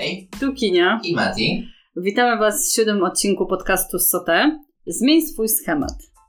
Hej. Tu Kinia I Mati. Witamy Was w 7. odcinku podcastu Sauté. Zmień swój schemat.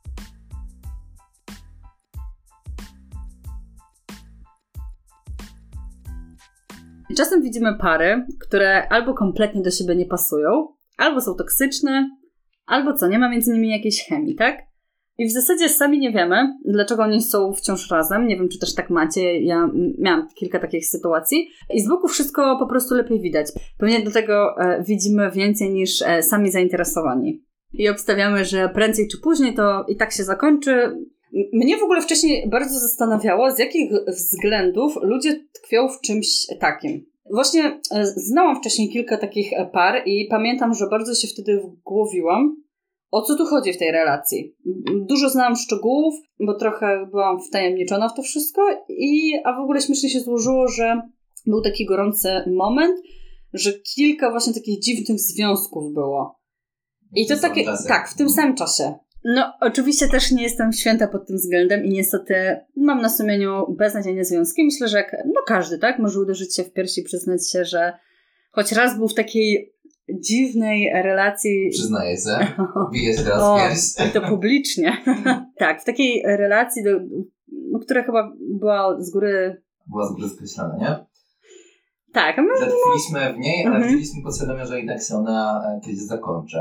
Czasem widzimy pary, które albo kompletnie do siebie nie pasują, albo są toksyczne, albo nie ma między nimi jakiejś chemii, tak? I w zasadzie sami nie wiemy, dlaczego oni są wciąż razem. Nie wiem, czy też tak macie. Ja miałam kilka takich sytuacji. I z boku wszystko po prostu lepiej widać. Pewnie dlatego widzimy więcej niż sami zainteresowani. I obstawiamy, że prędzej czy później to i tak się zakończy. Mnie w ogóle wcześniej bardzo zastanawiało, z jakich względów ludzie tkwią w czymś takim. Właśnie znałam wcześniej kilka takich par i pamiętam, że bardzo się wtedy wgłowiłam, o co tu chodzi w tej relacji. Dużo znałam szczegółów, bo trochę byłam wtajemniczona w to wszystko a w ogóle śmiesznie się złożyło, że był taki gorący moment, że kilka właśnie takich dziwnych związków było. I to takie, tak, w tym samym czasie. No, oczywiście też nie jestem święta pod tym względem i niestety mam na sumieniu beznadziejne związki. Myślę, że każdy, tak, może uderzyć się w piersi i przyznać się, że choć raz był w takiej dziwnej relacji. Przyznaję się. Bije się teraz pierś. I to publicznie. Tak, w takiej relacji, która chyba była z góry skreślona, nie? Tak. Zatrwiliśmy w niej, ale widzieliśmy podświadomie, że i tak się ona kiedyś zakończy.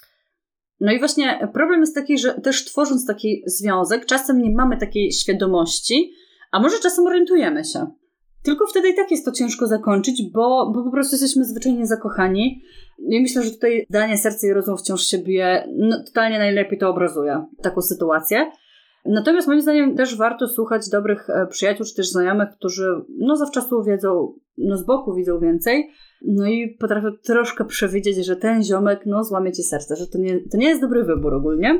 No i właśnie problem jest taki, że też tworząc taki związek, czasem nie mamy takiej świadomości, a może czasem orientujemy się. Tylko wtedy i tak jest to ciężko zakończyć, bo po prostu jesteśmy zwyczajnie zakochani. I myślę, że tutaj zdanie serca i rozum wciąż się bije. No, totalnie najlepiej to obrazuje taką sytuację. Natomiast moim zdaniem też warto słuchać dobrych przyjaciół czy też znajomych, którzy zawczasu wiedzą, z boku widzą więcej. No i potrafią troszkę przewidzieć, że ten ziomek złamie ci serce, że to nie jest dobry wybór ogólnie.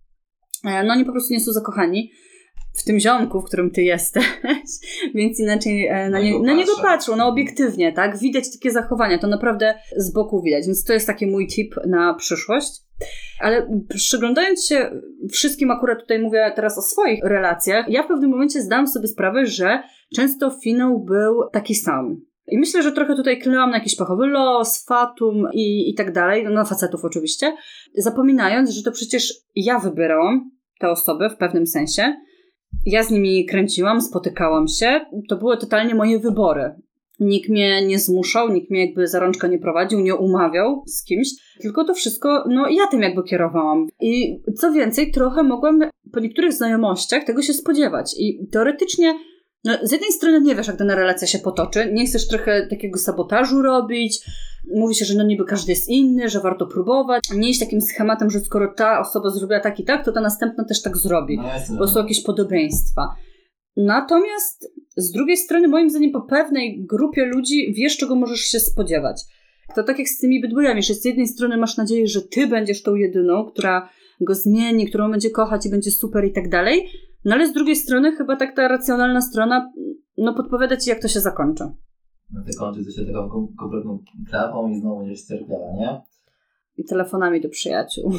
No oni po prostu nie są zakochani w tym ziomku, w którym ty jesteś, więc inaczej na niego patrzą, obiektywnie, tak? Widać takie zachowania, to naprawdę z boku widać, więc to jest taki mój tip na przyszłość. Ale przyglądając się wszystkim, akurat tutaj mówię teraz o swoich relacjach, ja w pewnym momencie zdałam sobie sprawę, że często finał był taki sam. I myślę, że trochę tutaj klęłam na jakiś pechowy los, fatum i tak dalej, na facetów oczywiście, zapominając, że to przecież ja wybierałam te osoby w pewnym sensie. Ja z nimi kręciłam, spotykałam się. To były totalnie moje wybory. Nikt mnie nie zmuszał, nikt mnie jakby za rączkę nie prowadził, nie umawiał z kimś. Tylko to wszystko, ja tym jakby kierowałam. I co więcej, trochę mogłam po niektórych znajomościach tego się spodziewać. I teoretycznie, z jednej strony nie wiesz, jak dana relacja się potoczy. Nie chcesz trochę takiego sabotażu robić. Mówi się, że niby każdy jest inny, że warto próbować. Nie iść takim schematem, że skoro ta osoba zrobiła tak i tak, to ta następna też tak zrobi. Bo są jakieś podobieństwa. Natomiast z drugiej strony, moim zdaniem, po pewnej grupie ludzi wiesz, czego możesz się spodziewać. To tak jak z tymi bydłojami, że z jednej strony masz nadzieję, że ty będziesz tą jedyną, która go zmieni, którą będzie kochać i będzie super i tak dalej. No ale z drugiej strony chyba tak ta racjonalna strona podpowiada ci, jak to się zakończy. Wykończy to się taką kompletną klapą i znowu będziesz cierpiała, nie? I telefonami do przyjaciół.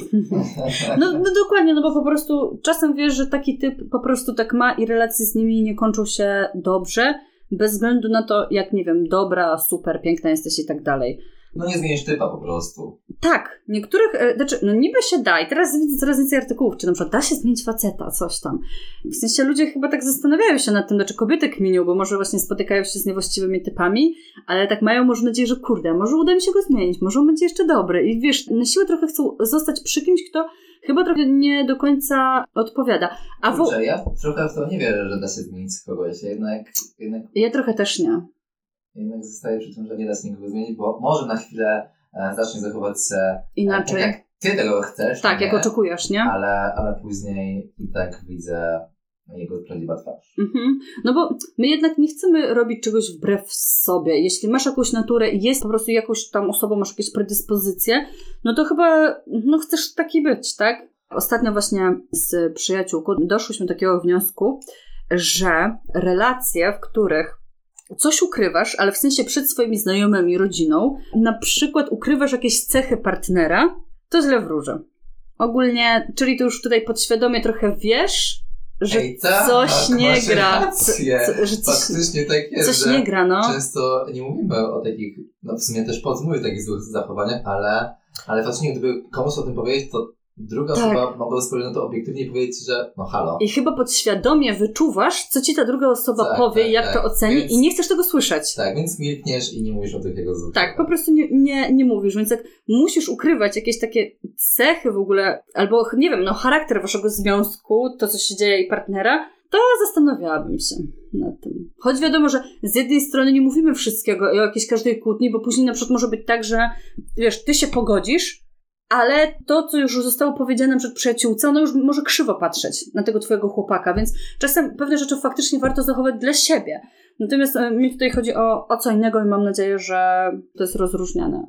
No dokładnie, bo po prostu czasem wiesz, że taki typ po prostu tak ma i relacje z nimi nie kończą się dobrze, bez względu na to, jak nie wiem, dobra, super, piękna jesteś i tak dalej. Nie zmienisz typa po prostu. Tak, niektórych, niby się da i teraz widzę coraz więcej artykułów, czy na przykład da się zmienić faceta, coś tam. W sensie ludzie chyba tak zastanawiają się nad tym, dlaczego kobiety kminią, bo może właśnie spotykają się z niewłaściwymi typami, ale tak mają może nadzieję, że może uda mi się go zmienić, może on będzie jeszcze dobry i wiesz, na siłę trochę chcą zostać przy kimś, kto chyba trochę nie do końca odpowiada. Ja trochę w to nie wierzę, że da się zmienić kogoś, jednak... Ja trochę też nie. Jednak zostaję przy tym, że nie da się nikogo zmienić, bo może na chwilę zacznie zachować się inaczej. Tak jak ty tego chcesz. Tak, jak oczekujesz, nie? Ale później i tak widzę jego prawdziwa twarz. No bo my jednak nie chcemy robić czegoś wbrew sobie. Jeśli masz jakąś naturę i jest po prostu jakąś tam osobą, masz jakieś predyspozycje, no to chyba chcesz taki być, tak? Ostatnio właśnie z przyjaciółką doszłyśmy do takiego wniosku, że relacje, w których coś ukrywasz, ale w sensie przed swoimi znajomymi, rodziną, na przykład ukrywasz jakieś cechy partnera, to źle wróży. Ogólnie, czyli to już tutaj podświadomie trochę wiesz, że Ej, tak, coś nie masz gra. rację. Że Faktycznie tak jest, coś że nie gra, no. często nie mówimy o takich, no w sumie też podsumuję takich złych zachowaniach, ale faktycznie gdyby komuś o tym powiedzieć, to druga Tak. osoba mogłaby spojrzeć na to obiektywnie i powiedzieć, że no halo. I chyba podświadomie wyczuwasz, co ci ta druga osoba Tak, powie, tak, jak tak. to oceni Więc- i nie chcesz tego słyszeć. Tak, więc milkniesz i nie mówisz o tych jego złych. Tak, po prostu nie mówisz, więc jak musisz ukrywać jakieś takie cechy w ogóle, albo nie wiem, no charakter waszego związku, to co się dzieje i partnera, to zastanawiałabym się nad tym. Choć wiadomo, że z jednej strony nie mówimy wszystkiego o jakiejś każdej kłótni, bo później na przykład może być tak, że wiesz, ty się pogodzisz, ale to, co już zostało powiedziane przed przyjaciółce, ono już może krzywo patrzeć na tego twojego chłopaka, więc czasem pewne rzeczy faktycznie warto zachować dla siebie. Natomiast mi tutaj chodzi o co innego i mam nadzieję, że to jest rozróżniane.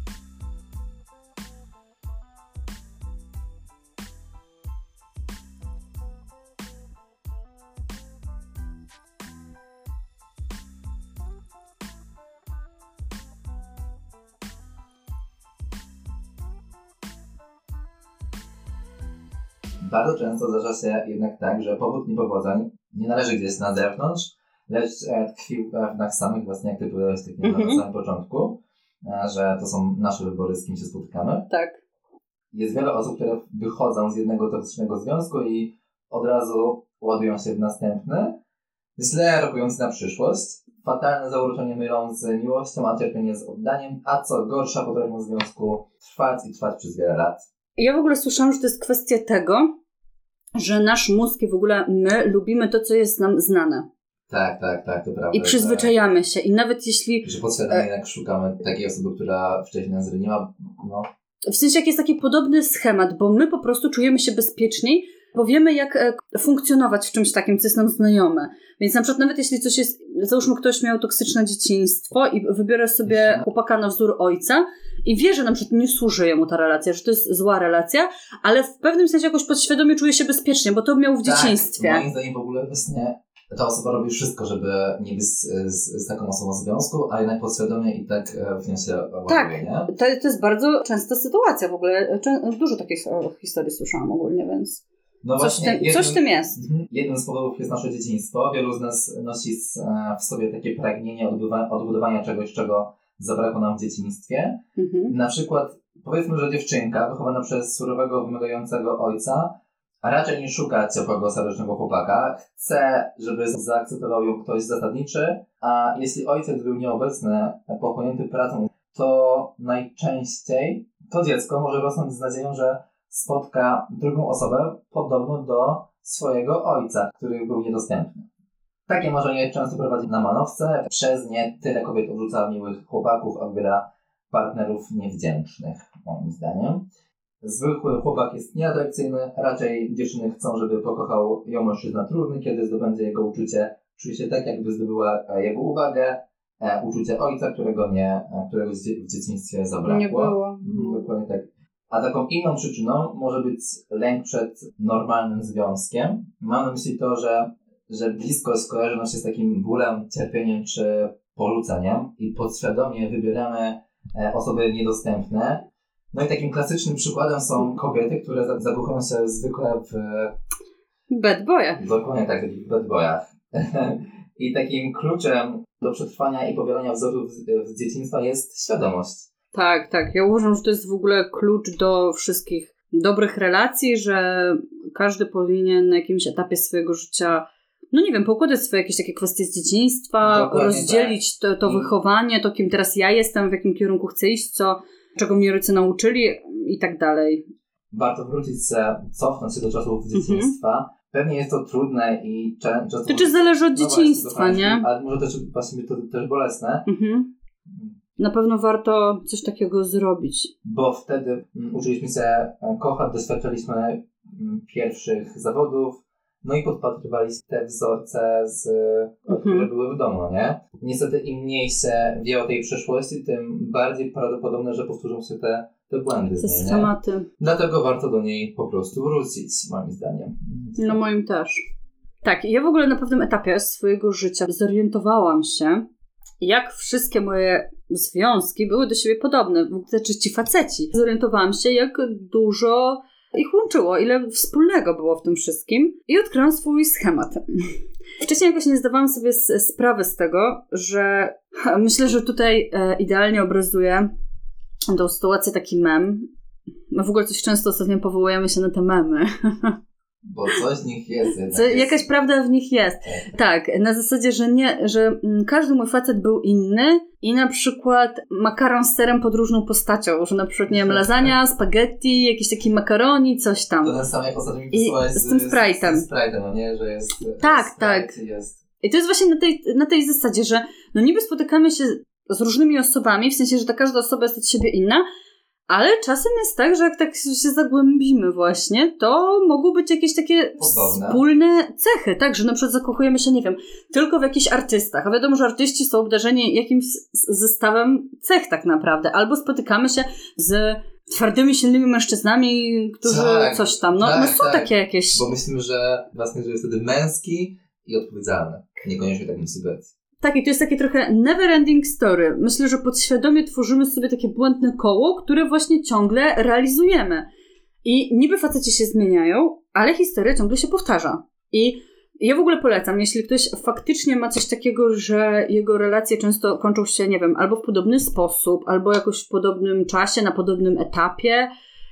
Bardzo często zdarza się jednak tak, że powód niepowodzeń nie należy gdzieś na zewnątrz, lecz tkwi w nas samych, właśnie jak ty powiedziałeś na samym początku, że to są nasze wybory, z kim się spotykamy. Tak. Jest wiele osób, które wychodzą z jednego toksycznego związku i od razu ładują się w następny, źle rokując na przyszłość. Fatalne zauroczenie mylą z miłością, a cierpienie z oddaniem, a co gorsza potrafią w związku trwać i trwać przez wiele lat. Ja w ogóle słyszałam, że to jest kwestia tego, że nasz mózg i w ogóle my lubimy to, co jest nam znane. Tak, to prawda. I przyzwyczajamy się. I nawet jeśli... Że podświadomie jednak szukamy takiej osoby, która wcześniej nas zraniła, no. W sensie, jak jest taki podobny schemat, bo my po prostu czujemy się bezpieczniej, bo wiemy, jak funkcjonować w czymś takim, co jest nam znajome. Więc na przykład nawet jeśli coś jest... Załóżmy, ktoś miał toksyczne dzieciństwo i wybiera sobie chłopaka na wzór ojca i wie, że na przykład nie służy jemu ta relacja, że to jest zła relacja, ale w pewnym sensie jakoś podświadomie czuje się bezpiecznie, bo to miał w dzieciństwie. Moim zdaniem w ogóle właśnie ta osoba robi wszystko, żeby nie być z taką osobą w związku, a jednak podświadomie i tak w nią się ładuje, Tak, nie? to jest bardzo częsta sytuacja w ogóle. Dużo takich historii słyszałam ogólnie, więc No coś w tym jest. Jednym z powodów jest nasze dzieciństwo. Wielu z nas nosi w sobie takie pragnienie odbudowania czegoś, czego zabrakło nam w dzieciństwie. Na przykład powiedzmy, że dziewczynka wychowana przez surowego, wymagającego ojca raczej nie szuka ciepłego, serdecznego chłopaka. Chce, żeby zaakceptował ją ktoś zasadniczy, a jeśli ojciec był nieobecny, pochłonięty pracą, to najczęściej to dziecko może rosnąć z nadzieją, że spotka drugą osobę podobną do swojego ojca, który był niedostępny. Takie marzenie często prowadzi na manowce. Przez nie tyle kobiet odrzuca miłych chłopaków, a wybiera partnerów niewdzięcznych, moim zdaniem. Zwykły chłopak jest nieatrakcyjny, raczej dziewczyny chcą, żeby pokochał ją mężczyzna trudny, kiedy zdobędzie jego uczucie, czuje się tak, jakby zdobyła jego uwagę, uczucie ojca, którego w dzieciństwie zabrakło. Nie było. Dokładnie tak. A taką inną przyczyną może być lęk przed normalnym związkiem. Mam na myśli to, że bliskość kojarzy nam się z takim bólem, cierpieniem czy porzuceniem i podświadomie wybieramy osoby niedostępne. No i takim klasycznym przykładem są kobiety, które zakochują się zwykle w... Bad boyach. Dokładnie tak, w bad boyach. I takim kluczem do przetrwania i powielania wzorów z dzieciństwa jest świadomość. Tak. Ja uważam, że to jest w ogóle klucz do wszystkich dobrych relacji, że każdy powinien na jakimś etapie swojego życia, no nie wiem, poukładać swoje jakieś takie kwestie z dzieciństwa, dokładnie rozdzielić tak. to wychowanie, to kim teraz ja jestem, w jakim kierunku chcę iść, czego mnie rodzice nauczyli i tak dalej. Warto cofnąć się do czasów dzieciństwa. Pewnie jest to trudne i często... To czy zależy od dzieciństwa, nie? Ale może też właśnie być to też bolesne. Na pewno warto coś takiego zrobić. Bo wtedy uczyliśmy się kochać, doświadczaliśmy pierwszych zawodów, no i podpatrywaliśmy te wzorce, które były w domu, nie? Niestety im mniej się wie o tej przeszłości, tym bardziej prawdopodobne, że powtórzą się te błędy z niej, schematy. Dlatego warto do niej po prostu wrócić, moim zdaniem. No moim też. Tak, ja w ogóle na pewnym etapie swojego życia zorientowałam się, jak wszystkie moje związki były do siebie podobne, znaczy ci faceci. Zorientowałam się, jak dużo ich łączyło, ile wspólnego było w tym wszystkim i odkryłam swój schemat. Wcześniej jakoś nie zdawałam sobie sprawy z tego, że myślę, że tutaj idealnie obrazuje tą sytuację taki mem. My w ogóle coś często ostatnio powołujemy się na te memy. Bo coś w nich jest. Jakaś prawda w nich jest. Tak, na zasadzie, że każdy mój facet był inny i na przykład makaron z serem pod różną postacią, że na przykład, nie wiem, lasagna, spaghetti, jakiś taki makaroni, coś tam. To ten sam jak ostatnio mi wysłałeś z tym Sprite'em. Z Sprite'em, no nie? Że jest tak. Jest. I to jest właśnie na tej zasadzie, że no niby spotykamy się z różnymi osobami, w sensie, że ta każda osoba jest od siebie inna, ale czasem jest tak, że jak tak się zagłębimy właśnie, to mogą być jakieś takie wspólne cechy, tak, że na przykład zakochujemy się, nie wiem, tylko w jakichś artystach, a wiadomo, że artyści są obdarzeni jakimś zestawem cech tak naprawdę, albo spotykamy się z twardymi, silnymi mężczyznami, którzy coś tam, no są takie jakieś... Bo myślimy, że własny że jest wtedy męski i odpowiedzialny, niekoniecznie w takim sytuacji. Tak, i to jest takie trochę never ending story. Myślę, że podświadomie tworzymy sobie takie błędne koło, które właśnie ciągle realizujemy. I niby faceci się zmieniają, ale historia ciągle się powtarza. I ja w ogóle polecam, jeśli ktoś faktycznie ma coś takiego, że jego relacje często kończą się, nie wiem, albo w podobny sposób, albo jakoś w podobnym czasie, na podobnym etapie,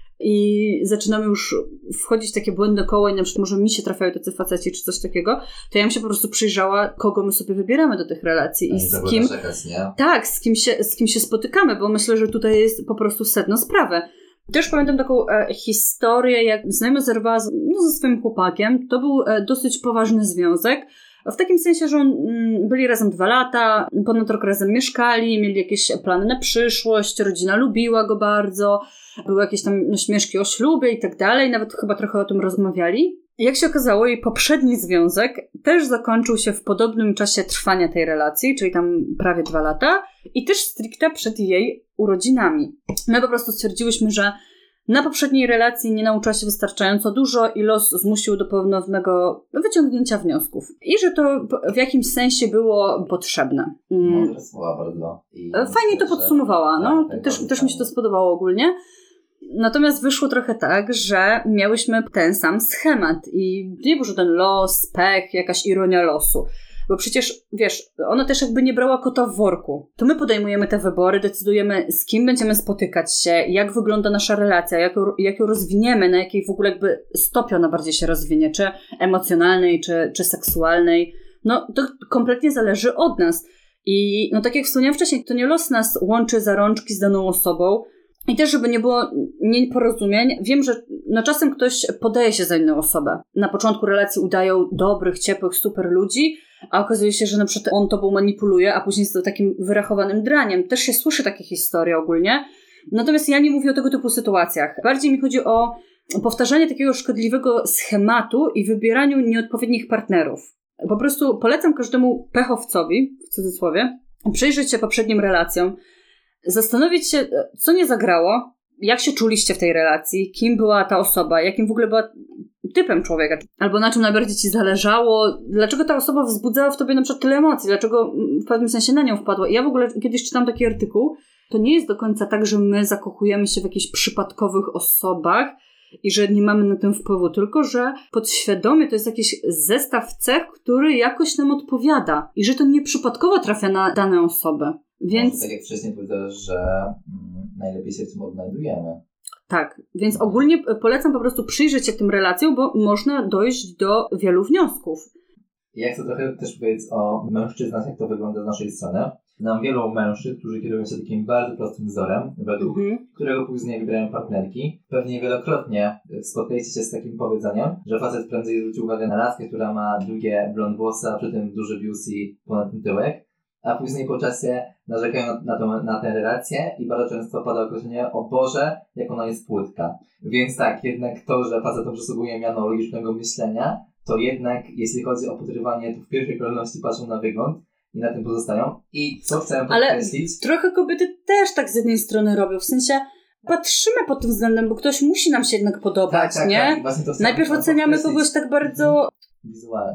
i zaczynamy już wchodzić w takie błędne koło i na przykład może mi się trafiają tacy faceci czy coś takiego, to ja bym się po prostu przyjrzała, kogo my sobie wybieramy do tych relacji i z kim tak, z kim się spotykamy, bo myślę, że tutaj jest po prostu sedno sprawy. Też pamiętam taką historię, jak znajomy zerwała ze swoim chłopakiem. To był dosyć poważny związek. W takim sensie, że byli razem 2 lata, ponad rok razem mieszkali, mieli jakieś plany na przyszłość, rodzina lubiła go bardzo, były jakieś tam śmieszki o ślubie i tak dalej, nawet chyba trochę o tym rozmawiali. Jak się okazało, jej poprzedni związek też zakończył się w podobnym czasie trwania tej relacji, czyli tam prawie 2 lata i też stricte przed jej urodzinami. My po prostu stwierdziłyśmy, że na poprzedniej relacji nie nauczyła się wystarczająco dużo i los zmusił do ponownego wyciągnięcia wniosków. I że to w jakimś sensie było potrzebne. Mądre słowa bardzo. Fajnie to podsumowała. No, też mi się to spodobało ogólnie. Natomiast wyszło trochę tak, że miałyśmy ten sam schemat i nie był żaden los, pech, jakaś ironia losu. Bo przecież, wiesz, ona też jakby nie brała kota w worku. To my podejmujemy te wybory, decydujemy, z kim będziemy spotykać się, jak wygląda nasza relacja, jak ją rozwiniemy, na jakiej w ogóle jakby stopie ona bardziej się rozwinie, czy emocjonalnej, czy seksualnej. No to kompletnie zależy od nas. I no tak jak wspomniałam wcześniej, to nie los nas łączy za rączki z daną osobą. I też, żeby nie było nieporozumień, wiem, że czasem ktoś podaje się za inną osobę. Na początku relacji udają dobrych, ciepłych, super ludzi, a okazuje się, że na przykład on tobą manipuluje, a później jest to takim wyrachowanym draniem. Też się słyszy takie historie ogólnie. Natomiast ja nie mówię o tego typu sytuacjach. Bardziej mi chodzi o powtarzanie takiego szkodliwego schematu i wybieraniu nieodpowiednich partnerów. Po prostu polecam każdemu pechowcowi, w cudzysłowie, przyjrzeć się poprzednim relacjom, zastanowić się, co nie zagrało, jak się czuliście w tej relacji, kim była ta osoba, jakim w ogóle była typem człowieka, albo na czym najbardziej ci zależało, dlaczego ta osoba wzbudzała w tobie na przykład tyle emocji, dlaczego w pewnym sensie na nią wpadła. I ja w ogóle kiedyś czytam taki artykuł, to nie jest do końca tak, że my zakochujemy się w jakichś przypadkowych osobach i że nie mamy na tym wpływu, tylko że podświadomie to jest jakiś zestaw cech, który jakoś nam odpowiada i że to nieprzypadkowo trafia na dane osoby. Więc... Może tak jak wcześniej powiedziałeś, że najlepiej się w tym odnajdujemy. Tak, więc ogólnie polecam po prostu przyjrzeć się tym relacjom, bo można dojść do wielu wniosków. Ja chcę trochę też powiedzieć o mężczyznach, jak to wygląda z naszej strony. Znam wielu mężczyzn, którzy kierują się takim bardzo prostym wzorem, według którego później wybierają partnerki. Pewnie wielokrotnie spotkaliście się z takim powiedzeniem, że facet prędzej zwróci uwagę na laskę, która ma długie blond włosy, a przy tym duży biust i ponad ten tyłek, a później po czasie narzekają na tę relację i bardzo często pada określenie: o Boże, jak ona jest płytka. Więc tak, jednak to, że facetom przysługuje miano logicznego myślenia, to jednak jeśli chodzi o podrywanie, to w pierwszej kolejności patrzą na wygląd i na tym pozostają. I co chciałem podkreślić... Ale trochę kobiety też tak z jednej strony robią, w sensie patrzymy pod tym względem, bo ktoś musi nam się jednak podobać, tak, nie? Tak, najpierw oceniamy kogoś tak bardzo... Wizualnie.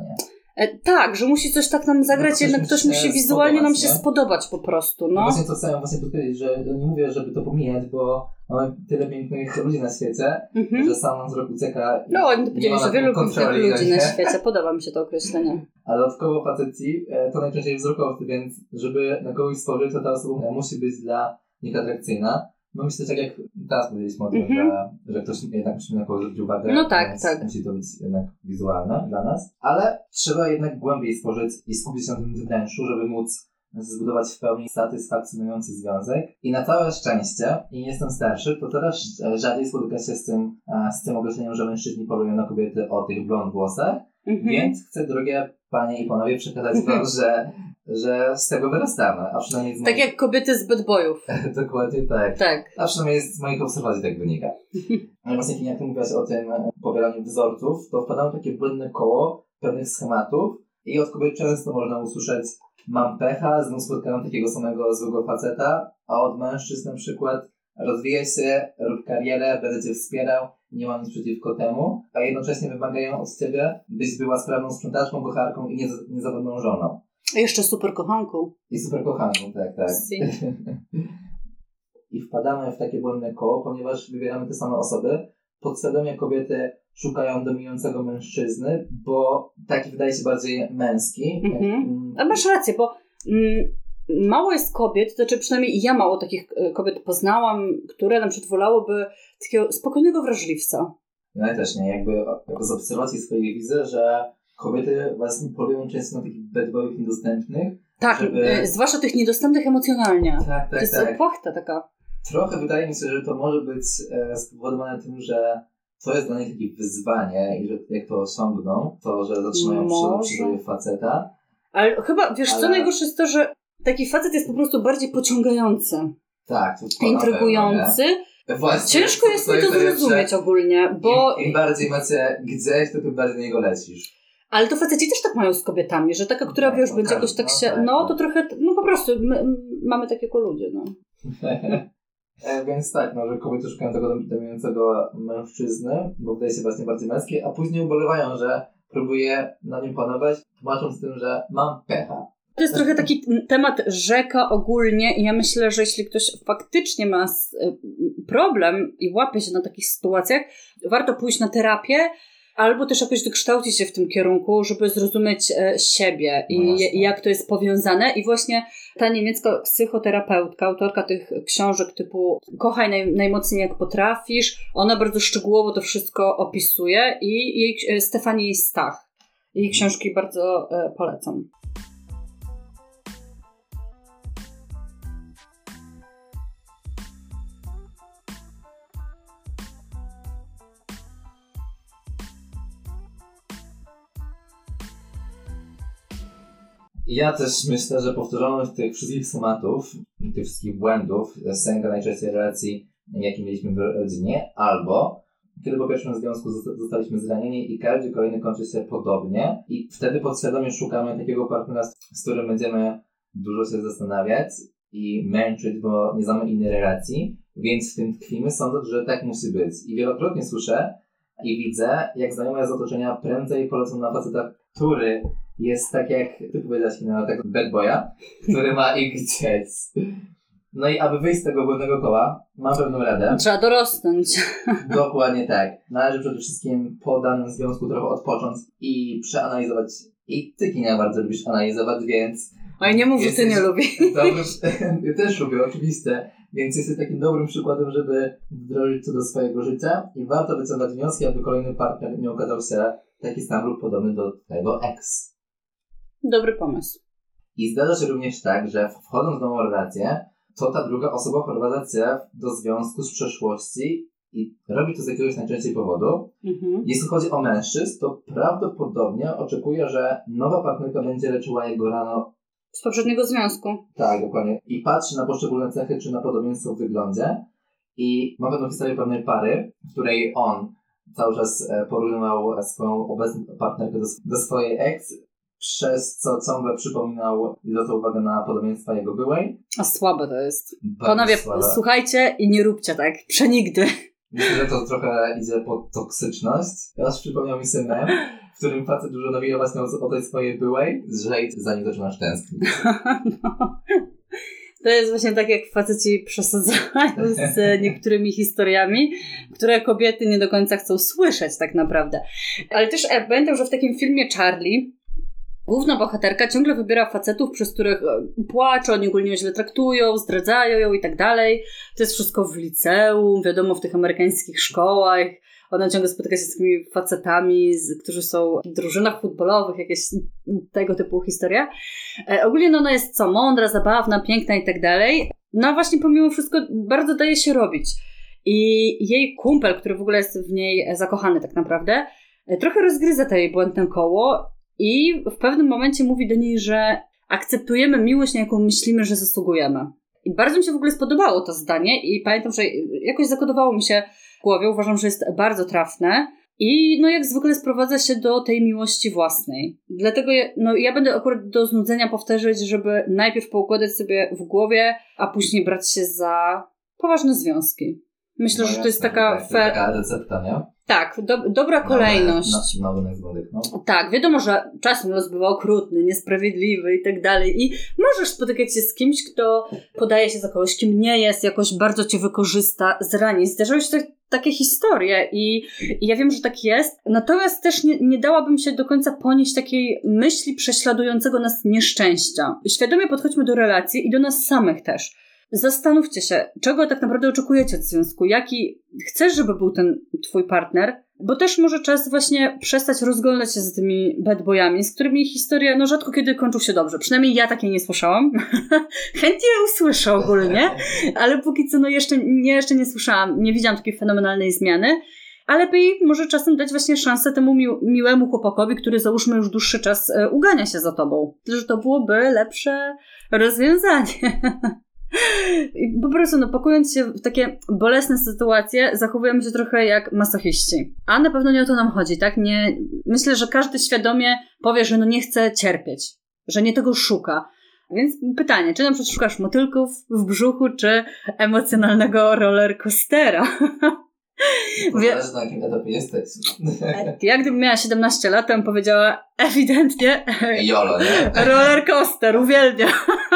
Tak, że musi coś tak nam zagrać, ktoś jednak ktoś musi wizualnie nam się nie? spodobać po prostu. No. Właśnie to chciałem podkreślić, że nie mówię, żeby to pomijać, bo mamy tyle pięknych ludzi na świecie, że sam nam wzrok ucieka. No, oni to powiedzieli, że wielu pięknych ludzi na świecie. Podoba mi się to określenie. A dodatkowo faceci to najczęściej wzrokowcy, więc żeby na kogoś spojrzeć, to ta osoba musi być dla nich atrakcyjna. No myślę, tak jak teraz powiedzieliśmy o tym, że ktoś jednak musi na kogoś zwrócić uwagę, no tak, więc tak. musi to być jednak wizualne dla nas. Ale trzeba jednak głębiej spojrzeć i skupić się na tym wnętrzu, żeby móc zbudować w pełni satysfakcjonujący związek. I na całe szczęście, im jestem starszy, to teraz rzadziej spotyka się z tym określeniem, że mężczyźni polują na kobiety o tych blond włosach. Więc chcę, drogie panie i panowie, przekazać wam, że z tego wyrastamy. A przynajmniej z tak jak kobiety z bad boyów. Dokładnie tak. A przynajmniej z moich obserwacji tak wynika. Ale właśnie jak ty mówiłaś o tym powielaniu wzorców, to wpadamy w takie błędne koło pewnych schematów i od kobiet często można usłyszeć: mam pecha, znów spotkałem takiego samego złego faceta, a od mężczyzn na przykład: rozwijaj się, rób karierę, będę cię wspierał, nie mam nic przeciwko temu, a jednocześnie wymagają od ciebie, byś była sprawną sprzątaczką, kucharką i niezawodną żoną. A jeszcze super kochanką. I super kochanką, tak. I wpadamy w takie błędne koło, ponieważ wybieramy te same osoby. Podświadomie kobiety szukają dominującego mężczyzny, bo taki wydaje się bardziej męski. A masz rację, bo mało jest kobiet, to znaczy przynajmniej ja mało takich kobiet poznałam, które na przykład wolałyby takiego spokojnego wrażliwca. Ja też nie, jakby z obserwacji swojej widzę, że kobiety właśnie polują często na takich bad boyów niedostępnych. Tak, zwłaszcza tych niedostępnych emocjonalnie. Tak. To jest płachta taka. Trochę wydaje mi się, że to może być spowodowane tym, że to jest dla nich takie wyzwanie i że jak to osiągną, to że zatrzymają przy sobie faceta. Ale chyba, wiesz co, najgorsze jest to, że taki facet jest po prostu bardziej pociągający. Tak. Intrygujący. Właśnie, ciężko jest mi to zrozumieć ogólnie, bo... Im bardziej macie gdzieś, to tym bardziej na niego lecisz. Ale to faceci też tak mają z kobietami, że taka, która wiesz, będzie jakoś tak się... to trochę, po prostu my mamy takie jako ludzie, Więc tak, że kobiety szukają tego dominującego mężczyzny, bo wydaje się właśnie bardziej męskie, a później ubolewają, że próbuje na nim panować, tłumacząc tym, że mam pecha. To jest trochę taki temat rzeka ogólnie i ja myślę, że jeśli ktoś faktycznie ma problem i łapie się na takich sytuacjach, warto pójść na terapię albo też jakoś wykształcić się w tym kierunku, żeby zrozumieć siebie i jak to jest powiązane. I właśnie ta niemiecka psychoterapeutka, autorka tych książek typu Kochaj najmocniej jak potrafisz, ona bardzo szczegółowo to wszystko opisuje i jej Stefanii Stach. Jej książki bardzo polecam. Ja też myślę, że powtórzalność tych wszystkich schematów, tych wszystkich błędów sięga najczęściej relacji, jakie mieliśmy w rodzinie, albo kiedy po pierwszym związku zostaliśmy zranieni i każdy kolejny kończy się podobnie i wtedy podświadomie szukamy takiego partnera, z którym będziemy dużo się zastanawiać i męczyć, bo nie znamy innej relacji, więc w tym tkwimy, sądząc, że tak musi być. I wielokrotnie słyszę i widzę, jak znajome z otoczenia prędzej polecą na faceta, który jest tak jak ty powiedziałaś, na tego bad boya, który ma ich gdzieś. No i aby wyjść z tego błędnego koła, mam pewną radę. Trzeba dorosnąć. Dokładnie tak. Należy przede wszystkim po danym związku trochę odpocząć i przeanalizować. I ty, Kinia, bardzo lubisz analizować, więc... Oj, nie mów, że ty nie lubisz. Ja też lubię, oczywiście. Więc jesteś takim dobrym przykładem, żeby wdrożyć to do swojego życia i warto wyciągać wnioski, aby kolejny partner nie okazał się taki sam lub podobny do twojego ex. Dobry pomysł. I zdarza się również tak, że wchodząc w nową relację, to ta druga osoba wprowadza cię do związku z przeszłości i robi to z jakiegoś najczęściej powodu. Jeśli chodzi o mężczyzn, to prawdopodobnie oczekuje, że nowa partnerka będzie leczyła jego rano z poprzedniego związku. Tak, dokładnie. I patrzy na poszczególne cechy, czy na podobieństwo w wyglądzie. I ma pewną historię pewnej pary, w której on cały czas porównywał swoją obecną partnerkę do swojej ex, przez co ciągle przypominał i zwracał uwagę na podobieństwa jego byłej. A słabe to jest. Panowie, słuchajcie i nie róbcie tak. Przenigdy. Myślę, że to trochę idzie pod toksyczność. Teraz przypomniał mi sobie mem, w którym facet dużo nawija właśnie o tej swojej byłej, zżej, zanim zaczynasz tęsknić. No. To jest właśnie tak, jak faceci przesadzają z niektórymi historiami, które kobiety nie do końca chcą słyszeć tak naprawdę. Ale też pamiętam, że w takim filmie Charlie główna bohaterka ciągle wybiera facetów, przez których płacze, oni ogólnie źle traktują, zdradzają ją i tak dalej. To jest wszystko w liceum, wiadomo, w tych amerykańskich szkołach. Ona ciągle spotyka się z takimi facetami, którzy są w drużynach futbolowych, jakieś tego typu historia. Ogólnie no, ona jest mądra, zabawna, piękna i tak dalej. No a właśnie pomimo wszystko bardzo daje się robić. I jej kumpel, który w ogóle jest w niej zakochany tak naprawdę, trochę rozgryza to jej błędne koło i w pewnym momencie mówi do niej, że akceptujemy miłość, na jaką myślimy, że zasługujemy. I bardzo mi się w ogóle spodobało to zdanie i pamiętam, że jakoś zakodowało mi się w głowie. Uważam, że jest bardzo trafne i no jak zwykle sprowadza się do tej miłości własnej. Dlatego ja będę akurat do znudzenia powtarzać, żeby najpierw poukładać sobie w głowie, a później brać się za poważne związki. Myślę, że to jest taka taka recepta, nie? Tak, dobra kolejność. Tak, wiadomo, że czasem los bywa okrutny, niesprawiedliwy i tak dalej i możesz spotykać się z kimś, kto podaje się za kogoś, kim nie jest, jakoś bardzo cię wykorzysta, zrani. Zdarzały się takie historie i ja wiem, że tak jest, natomiast też nie dałabym się do końca ponieść takiej myśli prześladującego nas nieszczęścia. Świadomie podchodźmy do relacji i do nas samych też. Zastanówcie się, czego tak naprawdę oczekujecie od związku, jaki chcesz, żeby był ten twój partner, bo też może czas właśnie przestać rozglądać się za tymi bad boyami, z którymi historie no rzadko kiedy kończą się dobrze. Przynajmniej ja takiej nie słyszałam. Chętnie usłyszę ogólnie, ale póki co no jeszcze nie słyszałam, nie widziałam takiej fenomenalnej zmiany. Ale lepiej może czasem dać właśnie szansę temu miłemu chłopakowi, który załóżmy już dłuższy czas ugania się za tobą. Że to byłoby lepsze rozwiązanie. I po prostu pakując się w takie bolesne sytuacje, zachowujemy się trochę jak masochiści. A na pewno nie o to nam chodzi, tak? Myślę, że każdy świadomie powie, że nie chce cierpieć, że nie tego szuka. Więc pytanie, czy na przykład szukasz motylków w brzuchu, czy emocjonalnego rollercoastera? Zależy na jakim etapie jesteś. Ja gdybym miała 17 lat, to bym powiedziała ewidentnie Jolo, nie? Rollercoaster, uwielbiam.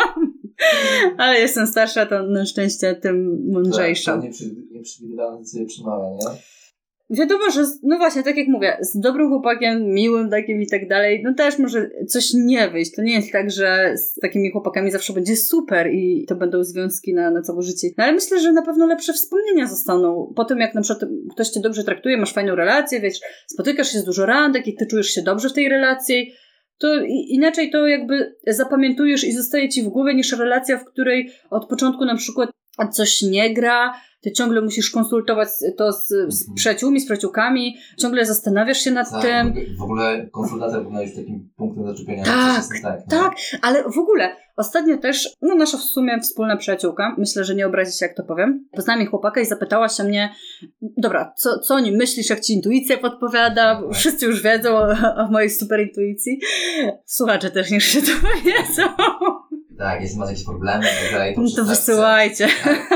Ale jestem starsza, to na szczęście tym mądrzejsza. To nie przewidywałem sobie przemawia, nie? Wiadomo, że no właśnie, tak jak mówię, z dobrym chłopakiem, miłym takim i tak dalej, no też może coś nie wyjść. To nie jest tak, że z takimi chłopakami zawsze będzie super i to będą związki na całe życie. No ale myślę, że na pewno lepsze wspomnienia zostaną. Po tym, jak na przykład ktoś cię dobrze traktuje, masz fajną relację, wiesz, spotykasz się z dużo randek i ty czujesz się dobrze w tej relacji, to inaczej to jakby zapamiętujesz i zostaje ci w głowie niż relacja, w której od początku na przykład coś nie gra, ty ciągle musisz konsultować to z przyjaciółmi, z przyjaciółkami, ciągle zastanawiasz się nad tym. W ogóle konsultacja była już takim punktem zaczepienia. Tak, ale w ogóle ostatnio też, nasza w sumie wspólna przyjaciółka, myślę, że nie obrazi się jak to powiem, poznała mi chłopaka i zapytała się mnie, dobra, co o nim myślisz, jak ci intuicja podpowiada, bo wszyscy już wiedzą o mojej super intuicji, słuchacze też niż się dowiedzą. Tak, jeśli masz jakieś problemy, to wysyłajcie.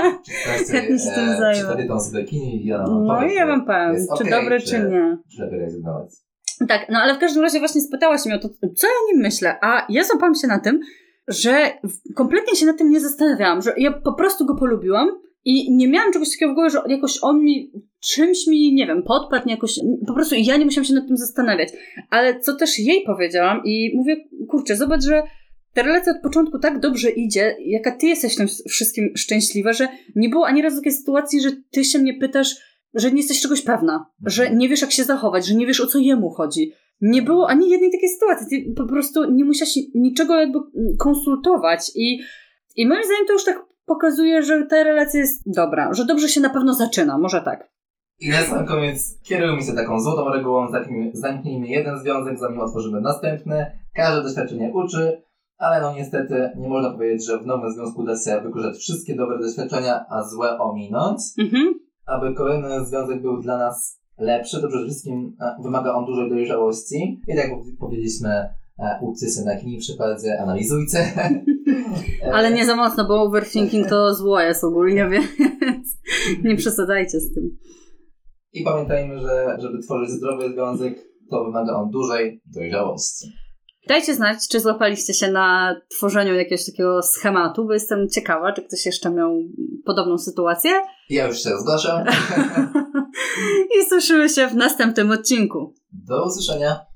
Chętnie się tym zajmę. Czy wtedy tą sobie kini i ja wam powiem, czy dobre, czy nie. Czy lepiej rezygnować. Tak, ale w każdym razie właśnie spytałaś mnie o to, co ja o nim myślę, a ja złapałam się na tym, że kompletnie się nad tym nie zastanawiałam, że ja po prostu go polubiłam i nie miałam czegoś takiego w głowie, że jakoś on czymś mi, nie wiem, podpadł, jakoś, po prostu ja nie musiałam się nad tym zastanawiać. Ale co też jej powiedziałam i mówię, kurczę, zobacz, że ta relacja od początku tak dobrze idzie, jaka ty jesteś w tym wszystkim szczęśliwa, że nie było ani razu takiej sytuacji, że ty się mnie pytasz, że nie jesteś czegoś pewna, że nie wiesz jak się zachować, że nie wiesz o co jemu chodzi. Nie było ani jednej takiej sytuacji. Ty po prostu nie musiałaś niczego jakby konsultować i moim zdaniem to już tak pokazuje, że ta relacja jest dobra, że dobrze się na pewno zaczyna, może tak. I na sam koniec kierujmy się taką złotą regułą, zamknijmy jeden związek, zanim otworzymy następny. Każde doświadczenie uczy, ale niestety nie można powiedzieć, że w nowym związku da się wykorzystać wszystkie dobre doświadczenia, a złe ominąć. Aby kolejny związek był dla nas lepszy, to przede wszystkim wymaga on dużej dojrzałości. I tak jak powiedzieliśmy, uczcie się na kini, przykładzie, analizujcie. Ale nie za mocno, bo overthinking to zło jest ogólnie, więc nie przesadzajcie z tym. I pamiętajmy, że żeby tworzyć zdrowy związek, to wymaga on dużej dojrzałości. Dajcie znać, czy złapaliście się na tworzeniu jakiegoś takiego schematu, bo jestem ciekawa, czy ktoś jeszcze miał podobną sytuację. Ja już się zgłaszam. I słyszymy się w następnym odcinku. Do usłyszenia.